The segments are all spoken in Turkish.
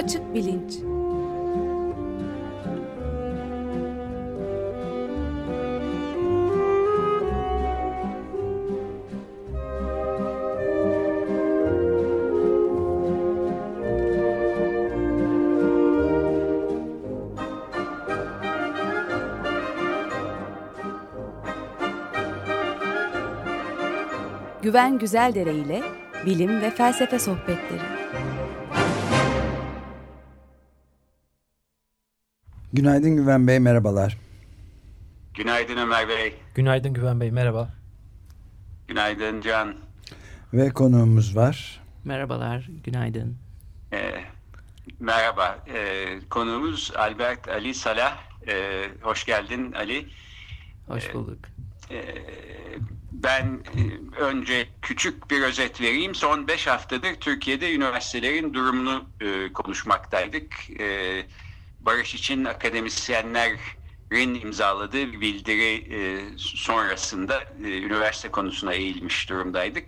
Açık bilinç. Güven Güzeldere ile bilim ve felsefe sohbetleri. Günaydın Güven Bey, merhabalar. Günaydın Ömer Bey. Günaydın Güven Bey, merhaba. Günaydın Can. Ve konuğumuz var. Merhabalar, günaydın. Merhaba. Konuğumuz Albert Ali Salah. Hoş geldin Ali. Hoş bulduk. Ben önce küçük bir özet vereyim. Son 5 haftadır Türkiye'de üniversitelerin durumunu konuşmaktaydık. Barış için akademisyenlerin imzaladığı bir bildiri sonrasında üniversite konusuna eğilmiş durumdaydık.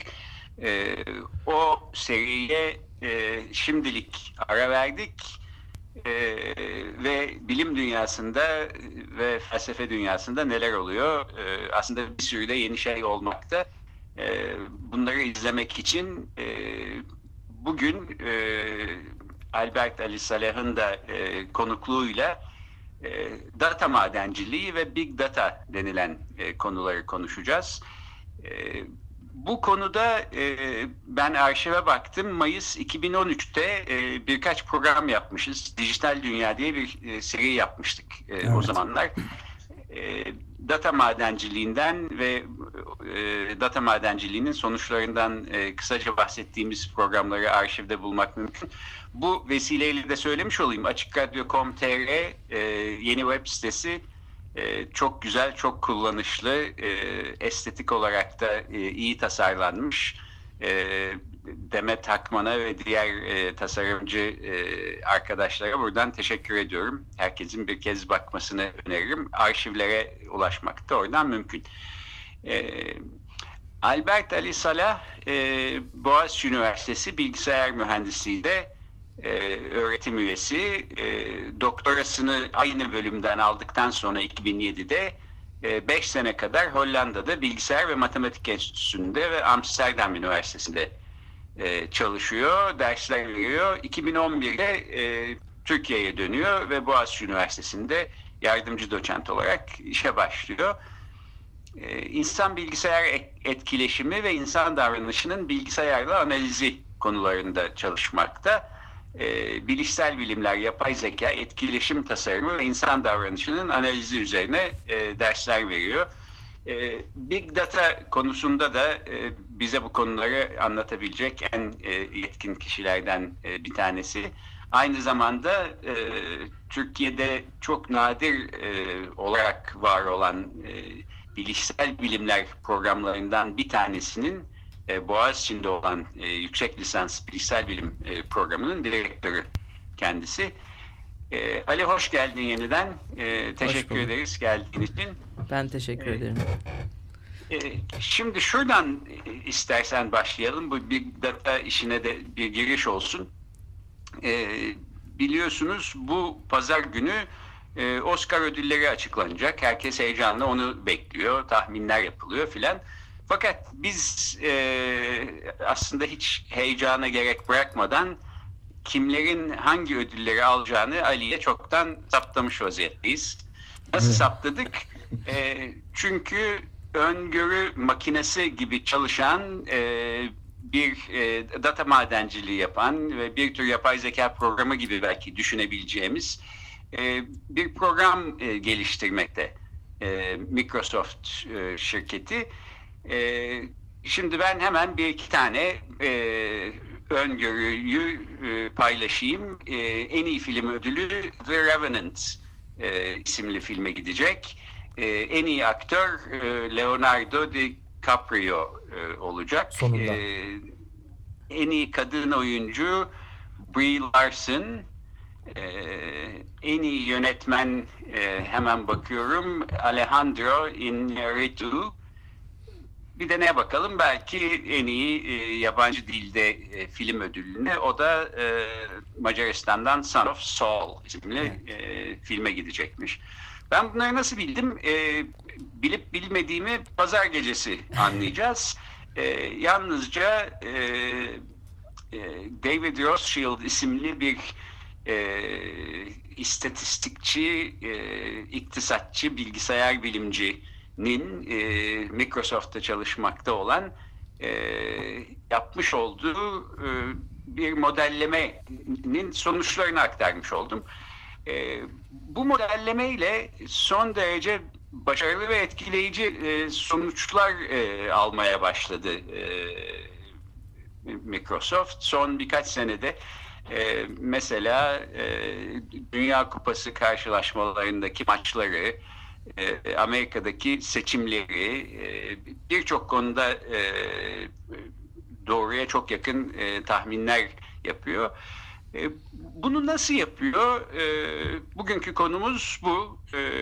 O seriye şimdilik ara verdik ve bilim dünyasında ve felsefe dünyasında neler oluyor? Aslında bir sürü de yeni şey olmakta. Bunları izlemek için bugün Albert Ali Salah'ın da konukluğuyla data madenciliği ve big data denilen konuları konuşacağız. Bu konuda ben arşive baktım. Mayıs 2013'te birkaç program yapmışız. Dijital Dünya diye bir seri yapmıştık o zamanlar. Data madenciliğinden ve data madenciliğinin sonuçlarından kısaca bahsettiğimiz programları arşivde bulmak mümkün. Bu vesileyle de söylemiş olayım. Açıkradyo.com.tr yeni web sitesi çok güzel, çok kullanışlı, estetik olarak da iyi tasarlanmış. Demet Akman'a ve diğer tasarımcı arkadaşlara buradan teşekkür ediyorum. Herkesin bir kez bakmasını öneririm. Arşivlere ulaşmak da oradan mümkün. Albert Ali Salah, Boğaziçi Üniversitesi Bilgisayar Mühendisliği'de öğretim üyesi. Doktorasını aynı bölümden aldıktan sonra 2007'de 5 sene kadar Hollanda'da Bilgisayar ve Matematik Enstitüsü'nde ve Amsterdam Üniversitesi'nde çalışıyor, dersler veriyor. 2011'de Türkiye'ye dönüyor ve Boğaziçi Üniversitesi'nde yardımcı doçent olarak işe başlıyor. İnsan bilgisayar etkileşimi ve insan davranışının bilgisayarla analizi konularında çalışmakta. Bilişsel bilimler, yapay zeka, etkileşim tasarımı ve insan davranışının analizi üzerine dersler veriyor. Big Data konusunda da bize bu konuları anlatabilecek en yetkin kişilerden bir tanesi. Aynı zamanda Türkiye'de çok nadir olarak var olan bilişsel bilimler programlarından bir tanesinin Boğaziçi'nde olan yüksek lisans bilişsel bilim programının direktörü kendisi. Ali hoş geldin yeniden. Teşekkür ederiz geldiğin için. Ben teşekkür ederim. Şimdi şuradan istersen başlayalım. Bu Big Data işine de bir giriş olsun. Biliyorsunuz bu pazar günü Oscar ödülleri açıklanacak. Herkes heyecanla onu bekliyor. Tahminler yapılıyor filan. Fakat biz aslında hiç heyecana gerek bırakmadan kimlerin hangi ödülleri alacağını Ali'ye çoktan saptamış vaziyetteyiz. Nasıl saptadık? Çünkü öngörü makinesi gibi çalışan bir data madenciliği yapan ve bir tür yapay zeka programı gibi belki düşünebileceğimiz bir program geliştirmekte Microsoft şirketi. Şimdi ben hemen bir iki tane öngörüyü paylaşayım. En iyi film ödülü The Revenant isimli filme gidecek. En iyi aktör Leonardo DiCaprio olacak. Sonunda. En iyi kadın oyuncu Brie Larson. En iyi yönetmen hemen bakıyorum Alejandro Iñárritu. bir de neye bakalım? Belki en iyi yabancı dilde film ödülüne. O da Macaristan'dan Son of Saul isimli filme gidecekmiş. Ben bunları nasıl bildim? Bilip bilmediğimi pazar gecesi anlayacağız. Yalnızca David Rothschild isimli bir istatistikçi, iktisatçı, bilgisayar bilimcinin Microsoft'ta çalışmakta olan yapmış olduğu bir modellemenin sonuçlarını aktarmış oldum. Bu modellemeyle son derece başarılı ve etkileyici sonuçlar almaya başladı Microsoft. Son birkaç senede mesela Dünya Kupası karşılaşmalarındaki maçları, Amerika'daki seçimleri, birçok konuda doğruya çok yakın tahminler yapıyor. Bunu nasıl yapıyor? Bugünkü konumuz bu.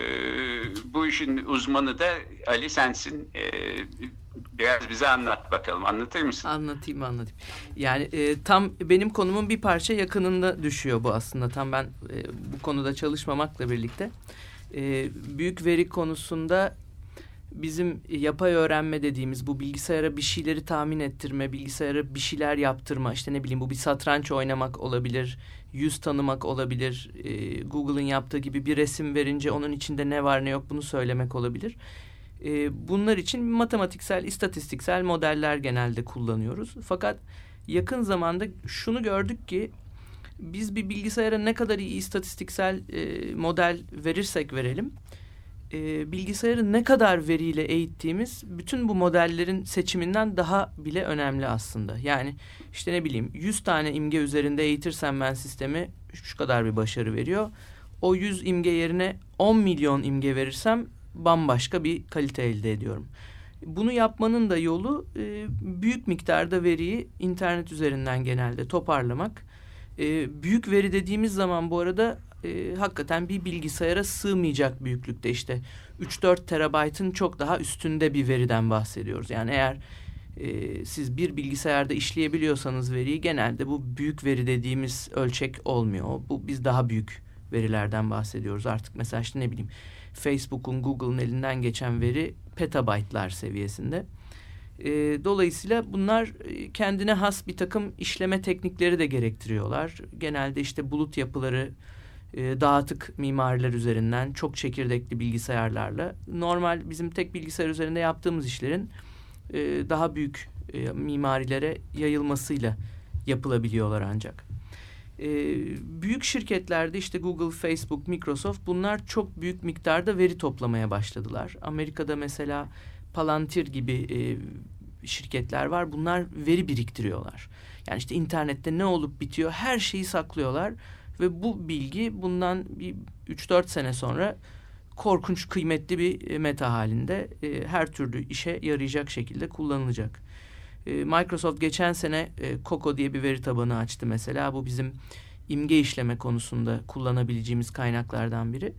Bu işin uzmanı da Ali sensin. Biraz bize anlat bakalım. Anlatır mısın? Anlatayım. Yani tam benim konumun bir parça yakınında düşüyor bu aslında. Tam ben bu konuda çalışmamakla birlikte. Büyük veri konusunda bizim yapay öğrenme dediğimiz bu bilgisayara bir şeyleri tahmin ettirme, bilgisayara bir şeyler yaptırma, işte ne bileyim bu bir satranç oynamak olabilir, yüz tanımak olabilir, Google'ın yaptığı gibi bir resim verince onun içinde ne var ne yok bunu söylemek olabilir. Bunlar için matematiksel, istatistiksel modeller genelde kullanıyoruz. Fakat yakın zamanda şunu gördük ki biz bir bilgisayara ne kadar iyi istatistiksel model verirsek verelim, bilgisayarı ne kadar veriyle eğittiğimiz bütün bu modellerin seçiminden daha bile önemli aslında. Yani işte ne bileyim 100 tane imge üzerinde eğitirsem ben sistemi şu kadar bir başarı veriyor. O 100 imge yerine 10 milyon imge verirsem bambaşka bir kalite elde ediyorum. Bunu yapmanın da yolu büyük miktarda veriyi internet üzerinden genelde toparlamak. Büyük veri dediğimiz zaman bu arada hakikaten bir bilgisayara sığmayacak büyüklükte, işte 3-4 terabaytın çok daha üstünde bir veriden bahsediyoruz. Yani eğer siz bir bilgisayarda işleyebiliyorsanız veriyi, genelde bu büyük veri dediğimiz ölçek olmuyor. Biz daha büyük verilerden bahsediyoruz. Artık mesela işte ne bileyim Facebook'un, Google'ın elinden geçen veri petabaytlar seviyesinde. Dolayısıyla bunlar kendine has bir takım işleme teknikleri de gerektiriyorlar. Genelde işte bulut yapıları, dağıtık mimariler üzerinden, çok çekirdekli bilgisayarlarla normal bizim tek bilgisayar üzerinde yaptığımız işlerin daha büyük mimarilere yayılmasıyla yapılabiliyorlar ancak. Büyük şirketlerde işte Google, Facebook, Microsoft, bunlar çok büyük miktarda veri toplamaya başladılar. Amerika'da mesela Palantir gibi şirketler var. Bunlar veri biriktiriyorlar. Yani işte internette ne olup bitiyor her şeyi saklıyorlar ve bu bilgi bundan bir 3-4 sene sonra korkunç kıymetli bir meta halinde her türlü işe yarayacak şekilde kullanılacak. Microsoft geçen sene Coco diye bir veri tabanı açtı mesela. Bu bizim imge işleme konusunda kullanabileceğimiz kaynaklardan biri.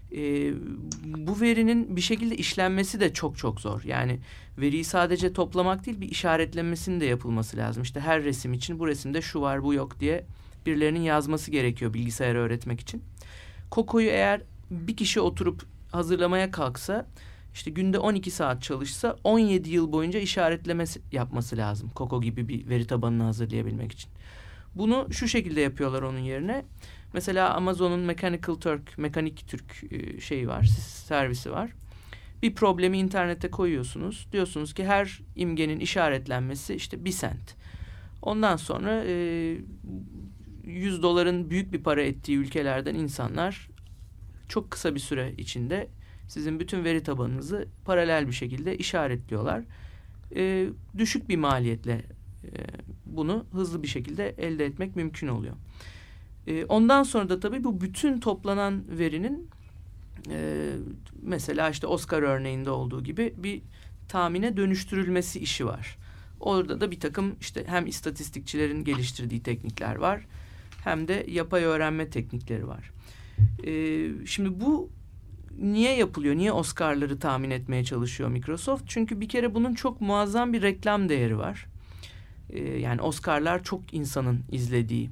Bu verinin bir şekilde işlenmesi de çok çok zor. Yani veriyi sadece toplamak değil, bir işaretlenmesinin de yapılması lazım. İşte her resim için bu resimde şu var bu yok diye birilerinin yazması gerekiyor bilgisayara öğretmek için. Coco'yu eğer bir kişi oturup hazırlamaya kalksa, işte günde 12 saat çalışsa 17 yıl boyunca işaretleme yapması lazım Coco gibi bir veri tabanını hazırlayabilmek için. Bunu şu şekilde yapıyorlar onun yerine. Mesela Amazon'un Mekanik Türk şeyi var, servisi var. Bir problemi internete koyuyorsunuz. Diyorsunuz ki her imgenin işaretlenmesi işte 1 sent. Ondan sonra $100 büyük bir para ettiği ülkelerden insanlar çok kısa bir süre içinde sizin bütün veri tabanınızı paralel bir şekilde işaretliyorlar. Düşük bir maliyetle bunu hızlı bir şekilde elde etmek mümkün oluyor. Ondan sonra da tabii bu bütün toplanan verinin mesela işte Oscar örneğinde olduğu gibi bir tahmine dönüştürülmesi işi var. Orada da bir takım işte hem istatistikçilerin geliştirdiği teknikler var hem de yapay öğrenme teknikleri var. Şimdi bu niye yapılıyor? Niye Oscar'ları tahmin etmeye çalışıyor Microsoft? Çünkü bir kere bunun çok muazzam bir reklam değeri var. Yani Oscar'lar çok insanın izlediği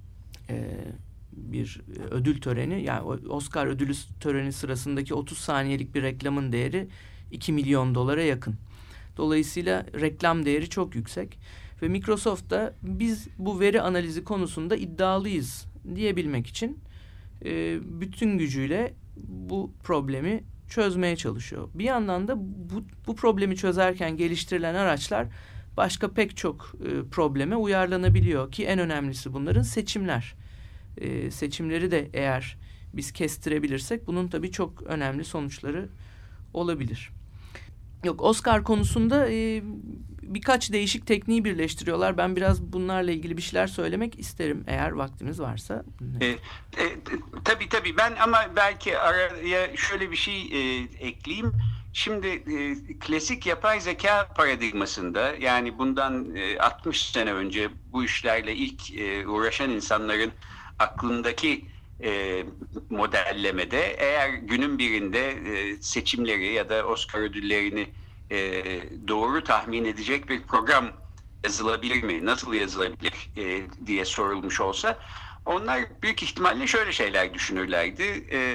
bir ödül töreni. Yani Oscar ödülü töreni sırasındaki 30 saniyelik bir reklamın değeri $2 milyon yakın. Dolayısıyla reklam değeri çok yüksek. Ve Microsoft da biz bu veri analizi konusunda iddialıyız diyebilmek için bütün gücüyle bu problemi çözmeye çalışıyor. Bir yandan da bu problemi çözerken geliştirilen araçlar başka pek çok probleme uyarlanabiliyor ki en önemlisi bunların seçimler. Seçimleri de eğer biz kestirebilirsek bunun tabii çok önemli sonuçları olabilir. Yok, Oscar konusunda birkaç değişik tekniği birleştiriyorlar. Ben biraz bunlarla ilgili bir şeyler söylemek isterim eğer vaktimiz varsa. Tabii ben ama belki araya şöyle bir şey ekleyeyim. Şimdi klasik yapay zeka paradigmasında, yani bundan 60 sene önce bu işlerle ilk uğraşan insanların aklındaki modellemede eğer günün birinde seçimleri ya da Oscar ödüllerini doğru tahmin edecek bir program yazılabilir mi, nasıl yazılabilir diye sorulmuş olsa, onlar büyük ihtimalle şöyle şeyler düşünürlerdi.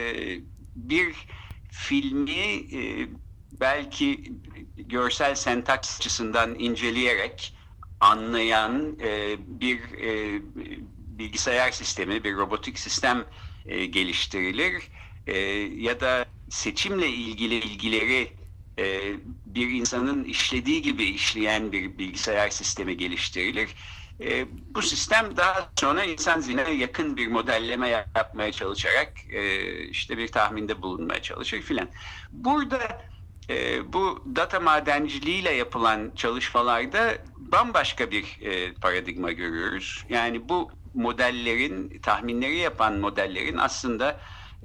Bir filmi belki görsel sentaks açısından inceleyerek anlayan bir bilgisayar sistemi, bir robotik sistem geliştirilir. Ya da seçimle ilgili bilgileri bir insanın işlediği gibi işleyen bir bilgisayar sistemi geliştirilir. Bu sistem daha sonra insan zihnine yakın bir modelleme yapmaya çalışarak işte bir tahminde bulunmaya çalışır filan. Burada bu data madenciliğiyle yapılan çalışmalarda bambaşka bir paradigma görüyoruz. Yani bu modellerin, tahminleri yapan modellerin aslında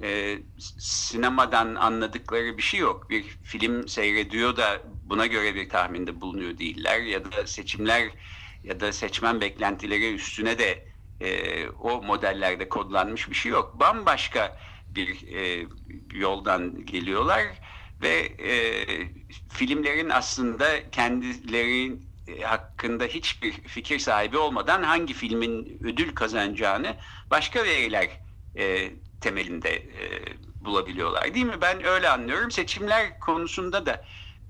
sinemadan anladıkları bir şey yok. Bir film seyrediyor da buna göre bir tahminde bulunuyor değiller. Ya da seçimler ya da seçmen beklentileri üstüne de o modellerde kodlanmış bir şey yok. Bambaşka bir yoldan geliyorlar ve filmlerin aslında kendileri hakkında hiçbir fikir sahibi olmadan hangi filmin ödül kazanacağını başka veriler temelinde bulabiliyorlar, değil mi? Ben öyle anlıyorum. Seçimler konusunda da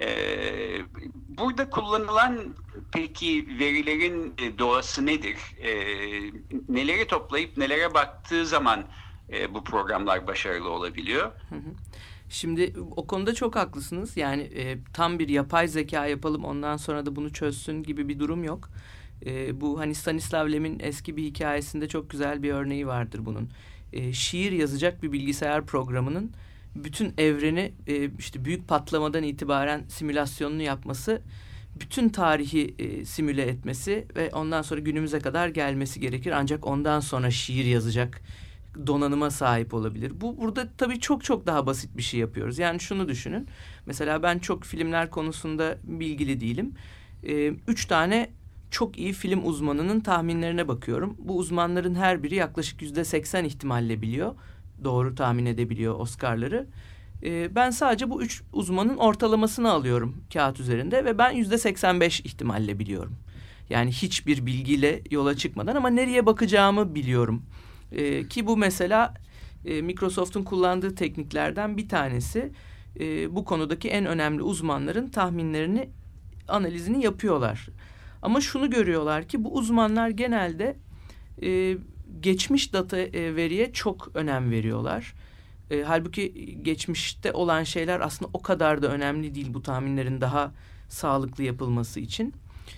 burada kullanılan peki verilerin doğası nedir? Neleri toplayıp nelere baktığı zaman bu programlar başarılı olabiliyor? Şimdi o konuda çok haklısınız. Yani tam bir yapay zeka yapalım ondan sonra da bunu çözsün gibi bir durum yok. Bu hani Stanislav Lem'in eski bir hikayesinde çok güzel bir örneği vardır bunun. Şiir yazacak bir bilgisayar programının bütün evreni işte büyük patlamadan itibaren simülasyonunu yapması, bütün tarihi simüle etmesi ve ondan sonra günümüze kadar gelmesi gerekir. Ancak ondan sonra şiir yazacak donanıma sahip olabilir. Burada tabii çok daha basit bir şey yapıyoruz. Yani şunu düşünün. Mesela ben çok filmler konusunda bilgili değilim. 3 tane çok iyi film uzmanının tahminlerine bakıyorum. Bu uzmanların her biri yaklaşık %80 ihtimalle biliyor. Doğru tahmin edebiliyor Oscar'ları. Ben sadece bu 3 uzmanın ortalamasını alıyorum kağıt üzerinde ve ben %85 ihtimalle biliyorum. Yani hiçbir bilgiyle yola çıkmadan ama nereye bakacağımı biliyorum. Ki bu mesela Microsoft'un kullandığı tekniklerden bir tanesi. Bu konudaki en önemli uzmanların tahminlerini, analizini yapıyorlar. Ama şunu görüyorlar ki bu uzmanlar genelde geçmiş data veriye çok önem veriyorlar. Halbuki geçmişte olan şeyler aslında o kadar da önemli değil bu tahminlerin daha sağlıklı yapılması için.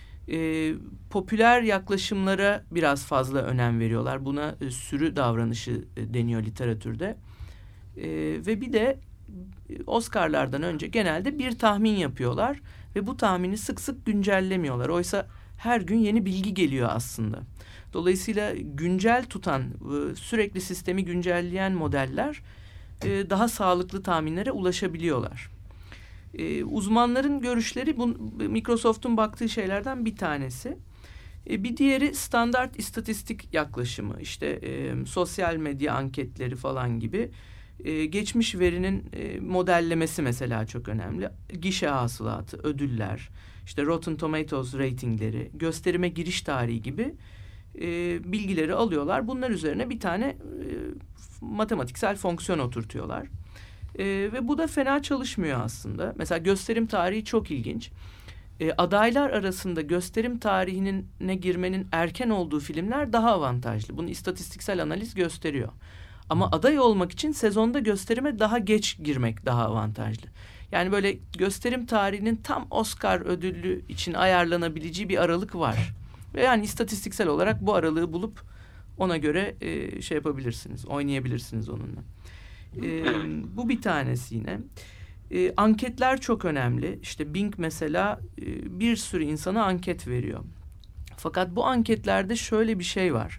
Popüler yaklaşımlara biraz fazla önem veriyorlar. Buna sürü davranışı deniyor literatürde. Ve bir de Oscar'lardan önce genelde bir tahmin yapıyorlar ve bu tahmini sık sık güncellemiyorlar. Oysa her gün yeni bilgi geliyor aslında. Dolayısıyla güncel tutan, sürekli sistemi güncelleyen modeller daha sağlıklı tahminlere ulaşabiliyorlar. Uzmanların görüşleri Microsoft'un baktığı şeylerden bir tanesi. Bir diğeri standart istatistik yaklaşımı. İşte sosyal medya anketleri falan gibi Geçmiş verinin modellemesi mesela çok önemli. Gişe hasılatı, ödüller, işte Rotten Tomatoes ratingleri, gösterime giriş tarihi gibi bilgileri alıyorlar. Bunlar üzerine bir tane matematiksel fonksiyon oturtuyorlar. Ve bu da fena çalışmıyor aslında. Mesela gösterim tarihi çok ilginç. Adaylar arasında gösterim tarihine girmenin erken olduğu filmler daha avantajlı. Bunu istatistiksel analiz gösteriyor. Ama aday olmak için sezonda gösterime daha geç girmek daha avantajlı. Yani böyle gösterim tarihinin tam Oscar ödüllü için ayarlanabileceği bir aralık var. Ve yani istatistiksel olarak bu aralığı bulup ona göre şey yapabilirsiniz, oynayabilirsiniz onunla. Bu bir tanesi yine. Anketler çok önemli. İşte Bing mesela bir sürü insana anket veriyor. Fakat bu anketlerde şöyle bir şey var.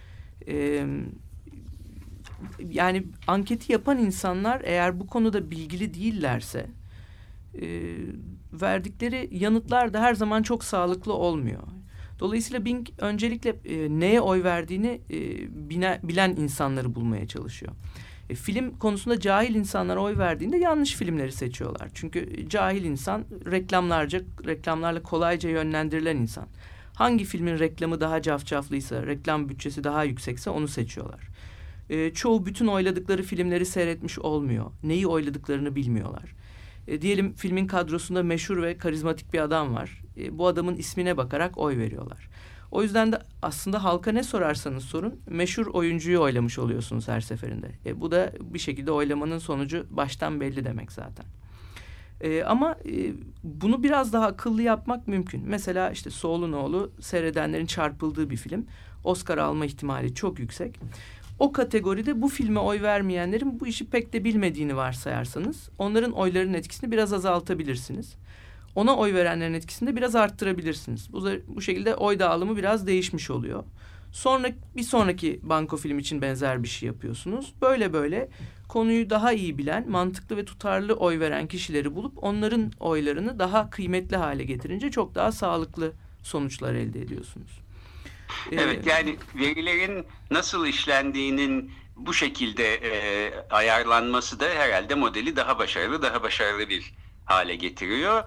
Yani anketi yapan insanlar eğer bu konuda bilgili değillerse verdikleri yanıtlar da her zaman çok sağlıklı olmuyor. Dolayısıyla Bing öncelikle neye oy verdiğini bilen insanları bulmaya çalışıyor. Film konusunda cahil insanlara oy verdiğinde yanlış filmleri seçiyorlar. Çünkü cahil insan reklamlarla kolayca yönlendirilen insan. Hangi filmin reklamı daha cafcaflıysa, reklam bütçesi daha yüksekse onu seçiyorlar. Çoğu bütün oyladıkları filmleri seyretmiş olmuyor. Neyi oyladıklarını bilmiyorlar. Diyelim filmin kadrosunda meşhur ve karizmatik bir adam var. Bu adamın ismine bakarak oy veriyorlar. O yüzden de aslında halka ne sorarsanız sorun meşhur oyuncuyu oylamış oluyorsunuz her seferinde. Bu da bir şekilde oylamanın sonucu baştan belli demek zaten. Ama bunu biraz daha akıllı yapmak mümkün. Mesela işte Saul'un Oğlu seyredenlerin çarpıldığı bir film. Oscar alma ihtimali çok yüksek. O kategoride bu filme oy vermeyenlerin bu işi pek de bilmediğini varsayarsanız onların oylarının etkisini biraz azaltabilirsiniz. Ona oy verenlerin etkisini de biraz arttırabilirsiniz. Bu şekilde oy dağılımı biraz değişmiş oluyor. Sonra bir sonraki banko film için benzer bir şey yapıyorsunuz. Böyle konuyu daha iyi bilen, mantıklı ve tutarlı oy veren kişileri bulup onların oylarını daha kıymetli hale getirince çok daha sağlıklı sonuçlar elde ediyorsunuz. Evet, yani verilerin nasıl işlendiğinin bu şekilde ayarlanması da herhalde modeli daha başarılı bir hale getiriyor.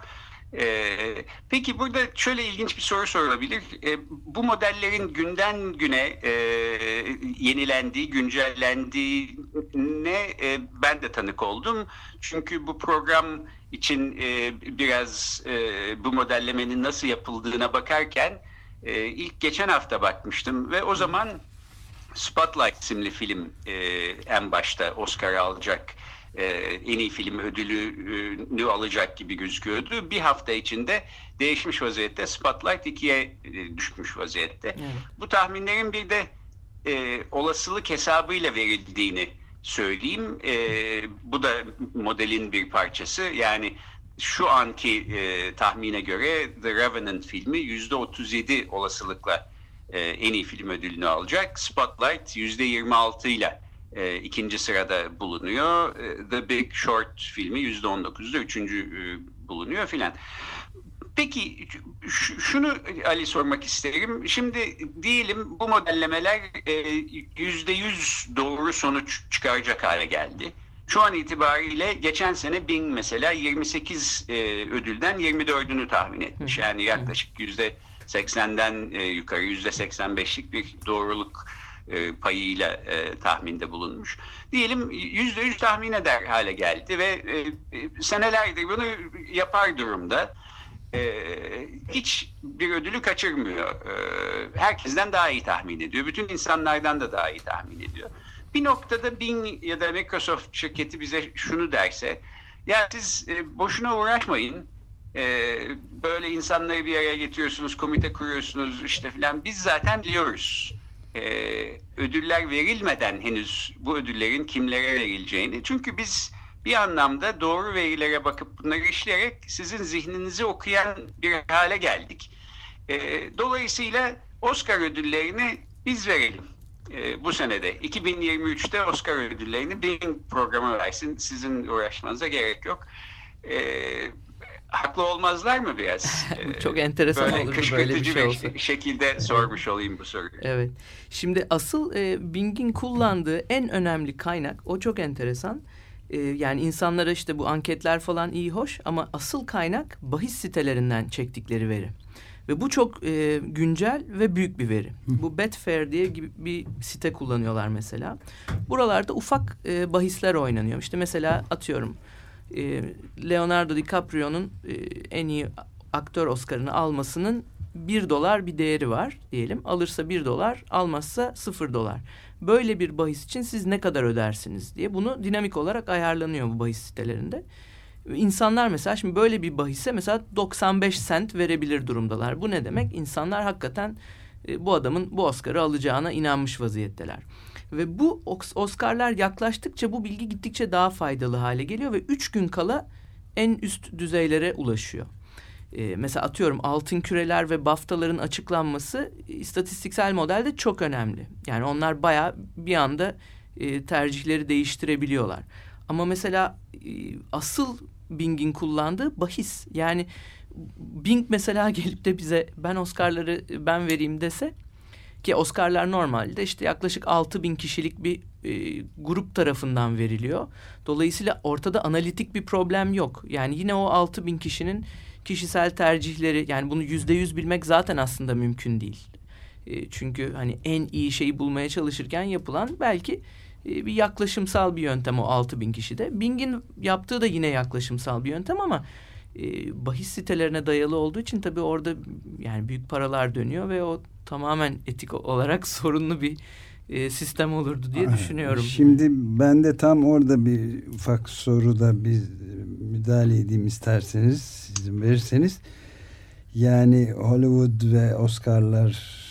Peki burada şöyle ilginç bir soru sorulabilir. Bu modellerin günden güne yenilendiği, güncellendiğine ben de tanık oldum. Çünkü bu program için biraz bu modellemenin nasıl yapıldığına bakarken ilk geçen hafta bakmıştım ve o zaman Spotlight isimli film en başta Oscar alacak, en iyi film ödülünü alacak gibi gözüküyordu. Bir hafta içinde değişmiş vaziyette. Spotlight 2'ye düşmüş vaziyette. Evet. Bu tahminlerin bir de olasılık hesabıyla verildiğini söyleyeyim. Bu da modelin bir parçası. Yani şu anki tahmine göre The Revenant filmi %37 olasılıkla en iyi film ödülünü alacak. Spotlight %26 ile ikinci sırada bulunuyor. The Big Short filmi %19'da üçüncü bulunuyor filan. Peki şunu Ali sormak isterim. Şimdi diyelim bu modellemeler %100 doğru sonuç çıkaracak hale geldi. Şu an itibariyle geçen sene Bing mesela 28 ödülden 24'ünü tahmin etmiş. Yani yaklaşık %80'den yukarı %85'lik bir doğruluk payıyla tahminde bulunmuş. Diyelim %100 tahmin eder hale geldi ve senelerdir bunu yapar durumda. Hiç bir ödülü kaçırmıyor. Herkesten daha iyi tahmin ediyor. Bütün insanlardan da daha iyi tahmin ediyor. Bir noktada Bing ya da Microsoft şirketi bize şunu derse, ya siz boşuna uğraşmayın, böyle insanları bir araya getiriyorsunuz, komite kuruyorsunuz işte filan, biz zaten biliyoruz ödüller verilmeden henüz bu ödüllerin kimlere verileceğini. Çünkü biz bir anlamda doğru verilere bakıp bunları işleyerek sizin zihninizi okuyan bir hale geldik. Dolayısıyla Oscar ödüllerini biz verelim. Bu senede 2023'te Oscar ödüllerini Bing programı versin. Sizin uğraşmanıza gerek yok. haklı olmazlar mı biraz? Çok enteresan böyle olurdu kışkırtıcı böyle bir şey olsa. şekilde sormuş olayım bu soruyu. Evet. Şimdi asıl Bing'in kullandığı en önemli kaynak, o çok enteresan. Yani insanlara işte bu anketler falan iyi hoş ama asıl kaynak bahis sitelerinden çektikleri veri. Ve bu çok güncel ve büyük bir veri. Bu Betfair diye gibi bir site kullanıyorlar mesela. Buralarda ufak bahisler oynanıyor. İşte mesela atıyorum Leonardo DiCaprio'nun en iyi aktör Oscar'ını almasının $1 bir değeri var diyelim. Alırsa $1, almazsa $0. Böyle bir bahis için siz ne kadar ödersiniz diye bunu dinamik olarak ayarlanıyor bu bahis sitelerinde. İnsanlar mesela şimdi böyle bir bahise mesela 95 sent verebilir durumdalar. Bu ne demek? İnsanlar hakikaten bu adamın bu Oscar'ı alacağına inanmış vaziyetteler. Ve bu Oscar'lar yaklaştıkça bu bilgi gittikçe daha faydalı hale geliyor ve 3 gün kala en üst düzeylere ulaşıyor. Mesela atıyorum altın küreler ve BAFTA'ların açıklanması istatistiksel modelde çok önemli. Yani onlar bayağı bir anda tercihleri değiştirebiliyorlar. Ama mesela asıl Bing'in kullandığı bahis. Yani Bing mesela gelip de bize ben Oscar'ları ben vereyim dese, ki Oscar'lar normalde işte yaklaşık 6.000 kişilik bir grup tarafından veriliyor. Dolayısıyla ortada analitik bir problem yok. Yani yine o 6.000 kişinin kişisel tercihleri, yani bunu %100 bilmek zaten aslında mümkün değil. Çünkü hani en iyi şeyi bulmaya çalışırken yapılan belki bir yaklaşımsal bir yöntem o 6.000 kişide. Bing'in yaptığı da yine yaklaşımsal bir yöntem ama bahis sitelerine dayalı olduğu için tabii orada yani büyük paralar dönüyor ve o tamamen etik olarak sorunlu bir sistem olurdu diye düşünüyorum. Şimdi ben de tam orada bir ufak soruda bir müdahale edeyim isterseniz, izin verirseniz. Yani Hollywood ve Oscar'lar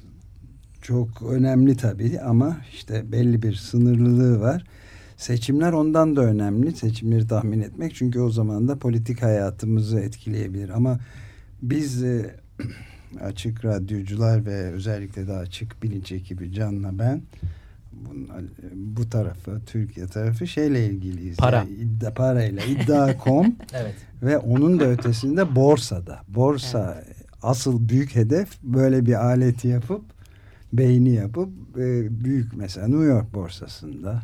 çok önemli tabii ama işte belli bir sınırlılığı var. Seçimler ondan da önemli. Seçimleri tahmin etmek. Çünkü o zaman da politik hayatımızı etkileyebilir. Ama biz açık radyocular ve özellikle de açık bilinç ekibi Can'la ben bu tarafı, Türkiye tarafı şeyle ilgiliyiz. Para. Yani parayla, iddia.com evet. Ve onun da ötesinde borsada. Borsa evet. Asıl büyük hedef böyle bir aleti yapıp beyni yapıp büyük mesela New York borsasında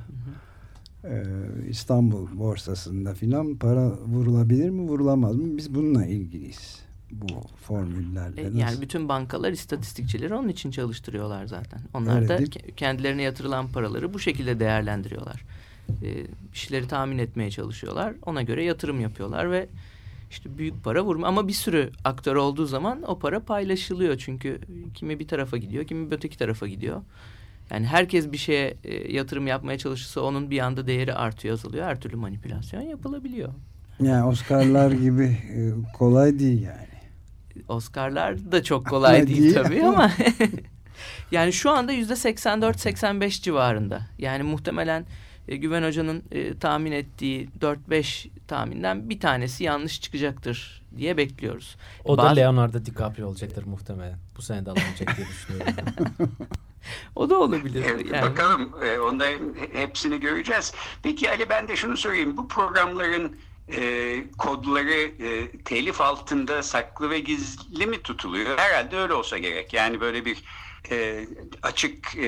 İstanbul borsasında filan para vurulabilir mi vurulamaz mı? Biz bununla ilgiliyiz. Bu formüllerle. Yani bütün bankalar istatistikçileri onun için çalıştırıyorlar zaten. Onlar da kendilerine yatırılan paraları bu şekilde değerlendiriyorlar. Bir şeyleri tahmin etmeye çalışıyorlar. Ona göre yatırım yapıyorlar ve işte büyük para vurma. Ama bir sürü aktör olduğu zaman o para paylaşılıyor. Çünkü kimi bir tarafa gidiyor, kimi öteki tarafa gidiyor. Yani herkes bir şeye yatırım yapmaya çalışırsa onun bir anda değeri artıyor, azalıyor. Her türlü manipülasyon yapılabiliyor. Yani Oscar'lar gibi kolay değil yani. Oscar'lar da çok kolay değil tabii ama yani şu anda %84-85 civarında. Yani muhtemelen Güven Hoca'nın tahmin ettiği 4-5 tahminden bir tanesi yanlış çıkacaktır diye bekliyoruz. O da Leonardo DiCaprio olacaktır muhtemelen. Bu sene de alamayacak diye düşünüyorum. O da olabilir. Yani. Bakalım onların hepsini göreceğiz. Peki Ali, ben de şunu sorayım. Bu programların kodları telif altında saklı ve gizli mi tutuluyor? Herhalde öyle olsa gerek. Yani böyle bir açık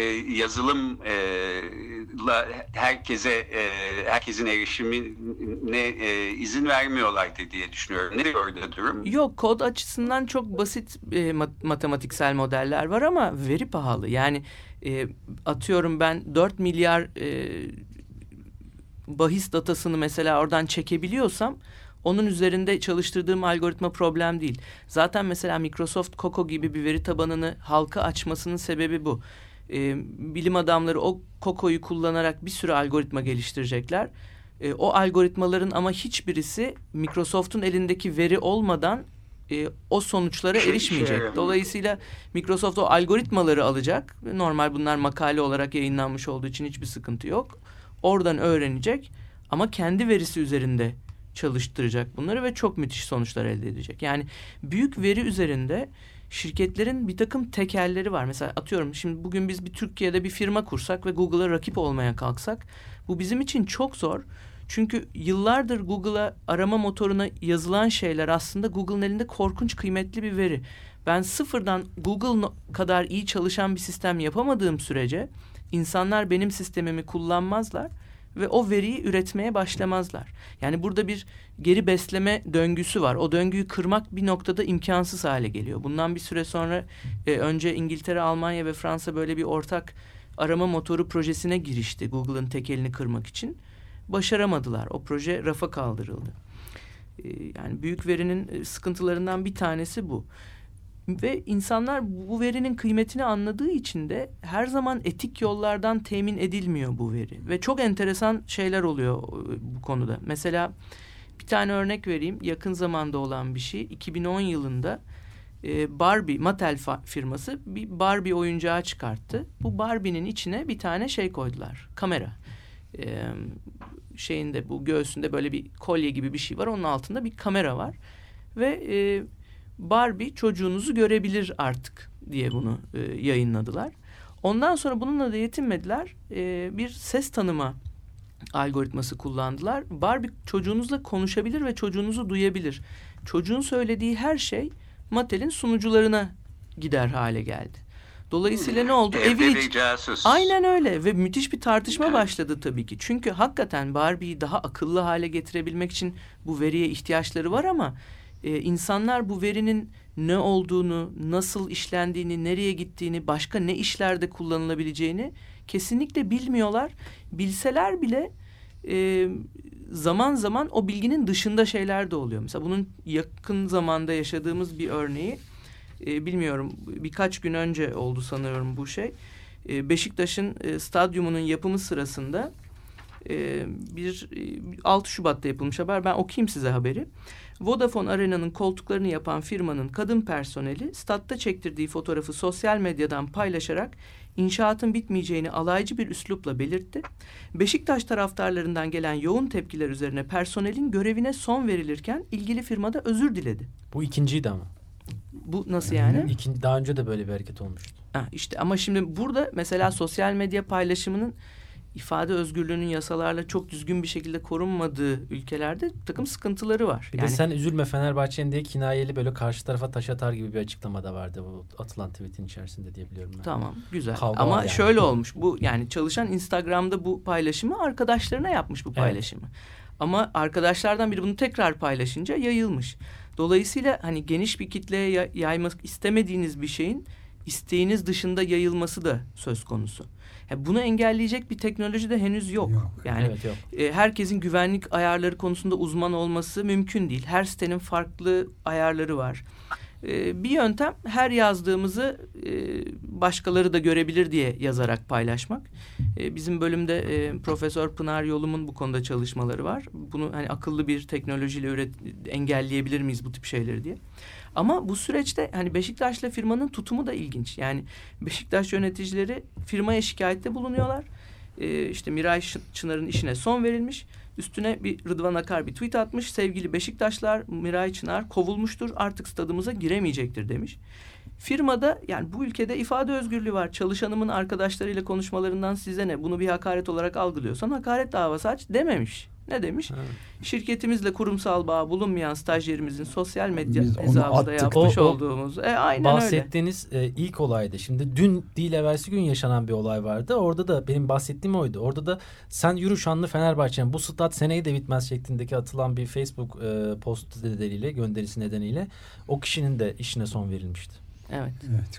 yazılımla herkesin erişimine izin vermiyorlardı diye düşünüyorum. Ne orada durum? Yok, kod açısından çok basit matematiksel modeller var ama veri pahalı. Yani atıyorum ben 4 milyar bahis datasını mesela oradan çekebiliyorsam onun üzerinde çalıştırdığım algoritma problem değil. Zaten mesela Microsoft Coco gibi bir veri tabanını halka açmasının sebebi bu. Bilim adamları o Coco'yu kullanarak bir sürü algoritma geliştirecekler. O algoritmaların ama hiçbirisi Microsoft'un elindeki veri olmadan o sonuçlara erişmeyecek. Dolayısıyla Microsoft o algoritmaları alacak. Normal bunlar makale olarak yayınlanmış olduğu için hiçbir sıkıntı yok. Oradan öğrenecek ama kendi verisi üzerinde çalıştıracak bunları ve çok müthiş sonuçlar elde edecek. Yani büyük veri üzerinde şirketlerin bir takım tekelleri var. Mesela atıyorum şimdi bugün biz Türkiye'de bir firma kursak ve Google'a rakip olmaya kalksak bu bizim için çok zor. Çünkü yıllardır Google'a, arama motoruna yazılan şeyler aslında Google'ın elinde korkunç kıymetli bir veri. Ben sıfırdan Google kadar iyi çalışan bir sistem yapamadığım sürece insanlar benim sistemimi kullanmazlar ve o veriyi üretmeye başlamazlar. Yani burada bir geri besleme döngüsü var. O döngüyü kırmak bir noktada imkansız hale geliyor. Bundan bir süre sonra önce İngiltere, Almanya ve Fransa böyle bir ortak arama motoru projesine girişti Google'ın tekelini kırmak için. Başaramadılar. O proje rafa kaldırıldı. Yani büyük verinin sıkıntılarından bir tanesi bu. Ve insanlar bu verinin kıymetini anladığı için de her zaman etik yollardan temin edilmiyor bu veri. Ve çok enteresan şeyler oluyor bu konuda. Mesela bir tane örnek vereyim. Yakın zamanda olan bir şey. 2010 yılında Barbie, Mattel firması bir Barbie oyuncağı çıkarttı. Bu Barbie'nin içine bir tane şey koydular. Kamera. Şeyinde, bu göğsünde böyle bir kolye gibi bir şey var. Onun altında bir kamera var. Ve Barbie çocuğunuzu görebilir artık diye bunu yayınladılar. Ondan sonra bununla da yetinmediler. Bir ses tanıma algoritması kullandılar. Barbie çocuğunuzla konuşabilir ve çocuğunuzu duyabilir. Çocuğun söylediği her şey Mattel'in sunucularına gider hale geldi. Dolayısıyla ne oldu? Aynen öyle ve müthiş bir tartışma başladı tabii ki. Çünkü hakikaten Barbie'yi daha akıllı hale getirebilmek için bu veriye ihtiyaçları var ama insanlar bu verinin ne olduğunu, nasıl işlendiğini, nereye gittiğini, başka ne işlerde kullanılabileceğini kesinlikle bilmiyorlar. Bilseler bile zaman zaman o bilginin dışında şeyler de oluyor. Mesela bunun yakın zamanda yaşadığımız bir örneği, bilmiyorum, birkaç gün önce oldu sanıyorum bu şey. Beşiktaş'ın stadyumunun yapımı sırasında 6 Şubat'ta yapılmış haber. Ben okuyayım size haberi. Vodafone Arena'nın koltuklarını yapan firmanın kadın personeli statta çektirdiği fotoğrafı sosyal medyadan paylaşarak inşaatın bitmeyeceğini alaycı bir üslupla belirtti. Beşiktaş taraftarlarından gelen yoğun tepkiler üzerine personelin görevine son verilirken ilgili firmada özür diledi. Bu ikinciydi ama. Bu nasıl yani? Daha önce de böyle bir hareket olmuştu. İşte ama şimdi burada mesela sosyal medya paylaşımının ifade özgürlüğünün yasalarla çok düzgün bir şekilde korunmadığı ülkelerde takım sıkıntıları var. Bir de sen üzülme Fenerbahçe'nin diye kinayeli böyle karşı tarafa taş atar gibi bir açıklama da vardı bu atılan tweetin içerisinde diyebiliyorum ben. Tamam, güzel. Kavga ama yani. Şöyle olmuş. Bu yani çalışan Instagram'da bu paylaşımı arkadaşlarına yapmış bu paylaşımı. Evet. Ama arkadaşlardan biri bunu tekrar paylaşınca yayılmış. Dolayısıyla hani geniş bir kitleye yaymak istemediğiniz bir şeyin isteğiniz dışında yayılması da söz konusu. Yani bunu engelleyecek bir teknoloji de henüz yok. Yani evet, yok. Herkesin güvenlik ayarları konusunda uzman olması mümkün değil. Her sitenin farklı ayarları var. Bir yöntem her yazdığımızı başkaları da görebilir diye yazarak paylaşmak. Bizim bölümde Profesör Pınar Yolum'un bu konuda çalışmaları var. Bunu hani akıllı bir teknolojiyle engelleyebilir miyiz bu tip şeyleri diye. Ama bu süreçte hani Beşiktaş'la firmanın tutumu da ilginç. Yani Beşiktaş yöneticileri firmaya şikayette bulunuyorlar. İşte Miray Çınar'ın işine son verilmiş. Üstüne bir Rıdvan Akar bir tweet atmış. Sevgili Beşiktaşlar, Miray Çınar kovulmuştur. Artık stadımıza giremeyecektir demiş. Firmada yani bu ülkede ifade özgürlüğü var. Çalışanımın arkadaşlarıyla konuşmalarından size ne? Bunu bir hakaret olarak algılıyorsan hakaret davası aç dememiş. Ne demiş? Evet. Şirketimizle kurumsal bağ bulunmayan stajyerimizin sosyal medya hesabında yapmış olduğumuz. Aynen bahsettiğiniz ilk olaydı. Şimdi dün değil evvelsi gün yaşanan bir olay vardı. Orada da benim bahsettiğim oydu. Orada da sen yürü şanlı Fenerbahçe'nin bu stat seneyi de bitmez şeklindeki atılan bir Facebook post nedeniyle, gönderisi nedeniyle o kişinin de işine son verilmişti. Evet.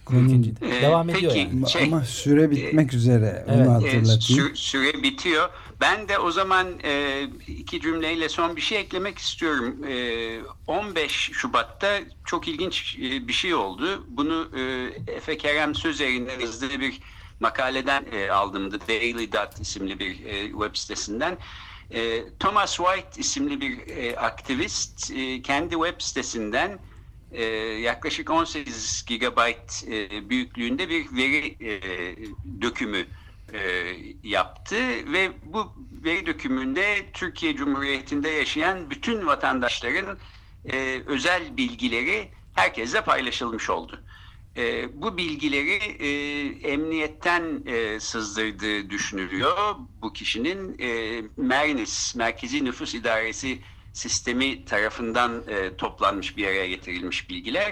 Devam ediyor yani. Ama süre bitmek üzere. Onu hatırlatayım. Süre bitiyor. Ben de o zaman iki cümleyle son bir şey eklemek istiyorum. 15 Şubat'ta çok ilginç bir şey oldu. Bunu Efe Kerem Sözer'in yazdığı bir makaleden aldım. The Daily Dot isimli bir web sitesinden. Thomas White isimli bir aktivist kendi web sitesinden yaklaşık 18 gigabayt büyüklüğünde bir veri dökümü yaptı ve bu veri dökümünde Türkiye Cumhuriyeti'nde yaşayan bütün vatandaşların özel bilgileri herkesle paylaşılmış oldu. Bu bilgileri emniyetten sızdırdığı düşünülüyor. Bu kişinin MERNİS, Merkezi Nüfus İdaresi Sistemi tarafından toplanmış, bir araya getirilmiş bilgiler.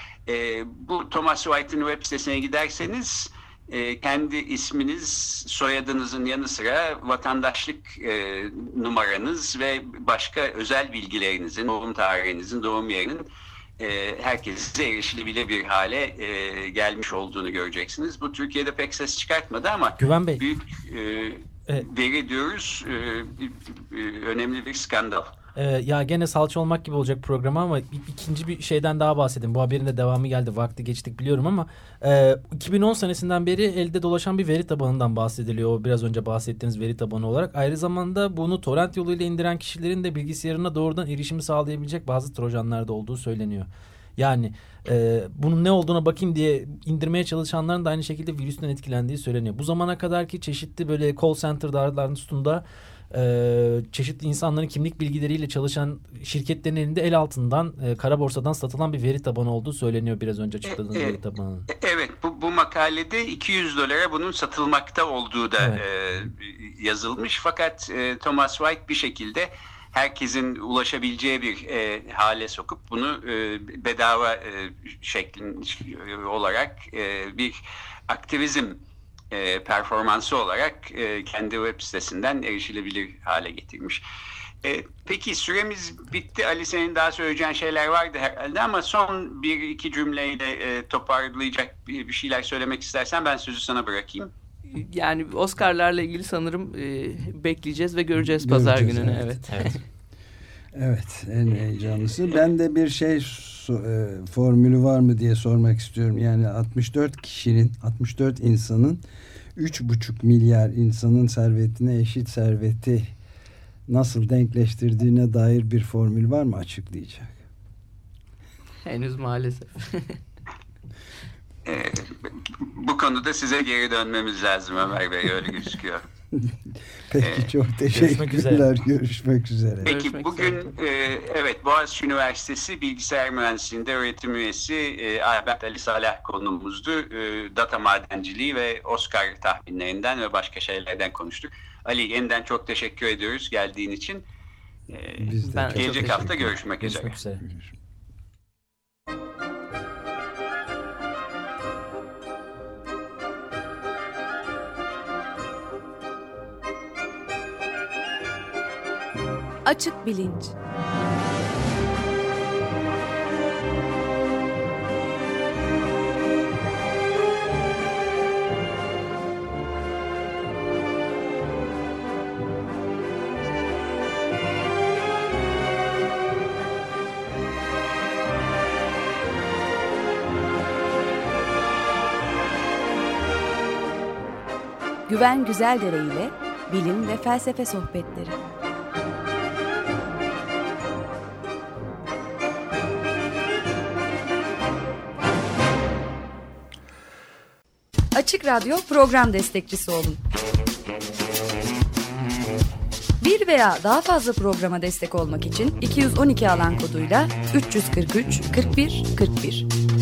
Bu Thomas White'ın web sitesine giderseniz kendi isminiz, soyadınızın yanı sıra vatandaşlık numaranız ve başka özel bilgilerinizin, doğum tarihinizin, doğum yerinin herkese erişilebilir bir hale gelmiş olduğunu göreceksiniz. Bu Türkiye'de pek ses çıkartmadı ama Güven Bey, büyük veri diyoruz, önemli bir skandal. Ya gene salça olmak gibi olacak programa ama ikinci bir şeyden daha bahsedeyim. Bu haberin de devamı geldi. Vakti geçtik biliyorum ama 2010 senesinden beri elde dolaşan bir veri tabanından bahsediliyor. O biraz önce bahsettiğiniz veri tabanı olarak. Ayrı zamanda bunu torrent yoluyla indiren kişilerin de bilgisayarına doğrudan erişimi sağlayabilecek bazı trojanlar da olduğu söyleniyor. Yani bunun ne olduğuna bakayım diye indirmeye çalışanların da aynı şekilde virüsten etkilendiği söyleniyor. Bu zamana kadarki çeşitli böyle call center'ların üstünde çeşitli insanların kimlik bilgileriyle çalışan şirketlerin elinde el altından kara borsadan satılan bir veri tabanı olduğu söyleniyor, biraz önce açıkladığınız veri tabanı. Evet, bu makalede $200 bunun satılmakta olduğu da yazılmış. Fakat Thomas White bir şekilde herkesin ulaşabileceği bir hale sokup bunu bedava şeklin olarak bir aktivizm performansı olarak kendi web sitesinden erişilebilir hale getirmiş. Peki süremiz bitti. Ali, senin daha söyleyeceğin şeyler vardı herhalde ama son bir iki cümleyle toparlayacak bir şeyler söylemek istersen ben sözü sana bırakayım. Yani Oscar'larla ilgili sanırım bekleyeceğiz ve göreceğiz pazar gününü. Evet. Evet, en heyecanlısı. Ben de bir formülü var mı diye sormak istiyorum. Yani 64 insanın 3,5 milyar insanın servetine eşit serveti nasıl denkleştirdiğine dair bir formül var mı açıklayacak? Henüz maalesef. Bu konuda size geri dönmemiz lazım Ömer Bey, öyle gözüküyor. Peki, çok teşekkürler. Görüşmek üzere. Peki bugün evet, Boğaziçi Üniversitesi Bilgisayar Mühendisliği'nde öğretim üyesi Albert Ali Salah konuğumuzdu. Data madenciliği ve Oscar tahminlerinden ve başka şeylerden konuştuk. Ali, yeniden çok teşekkür ediyoruz geldiğin için. Gelecek hafta görüşmek üzere. Açık bilinç. Güven Güzeldere ile bilim ve felsefe sohbetleri. Açık Radyo program destekçisi olun. Bir veya daha fazla programa destek olmak için 212 alan koduyla 343 41 41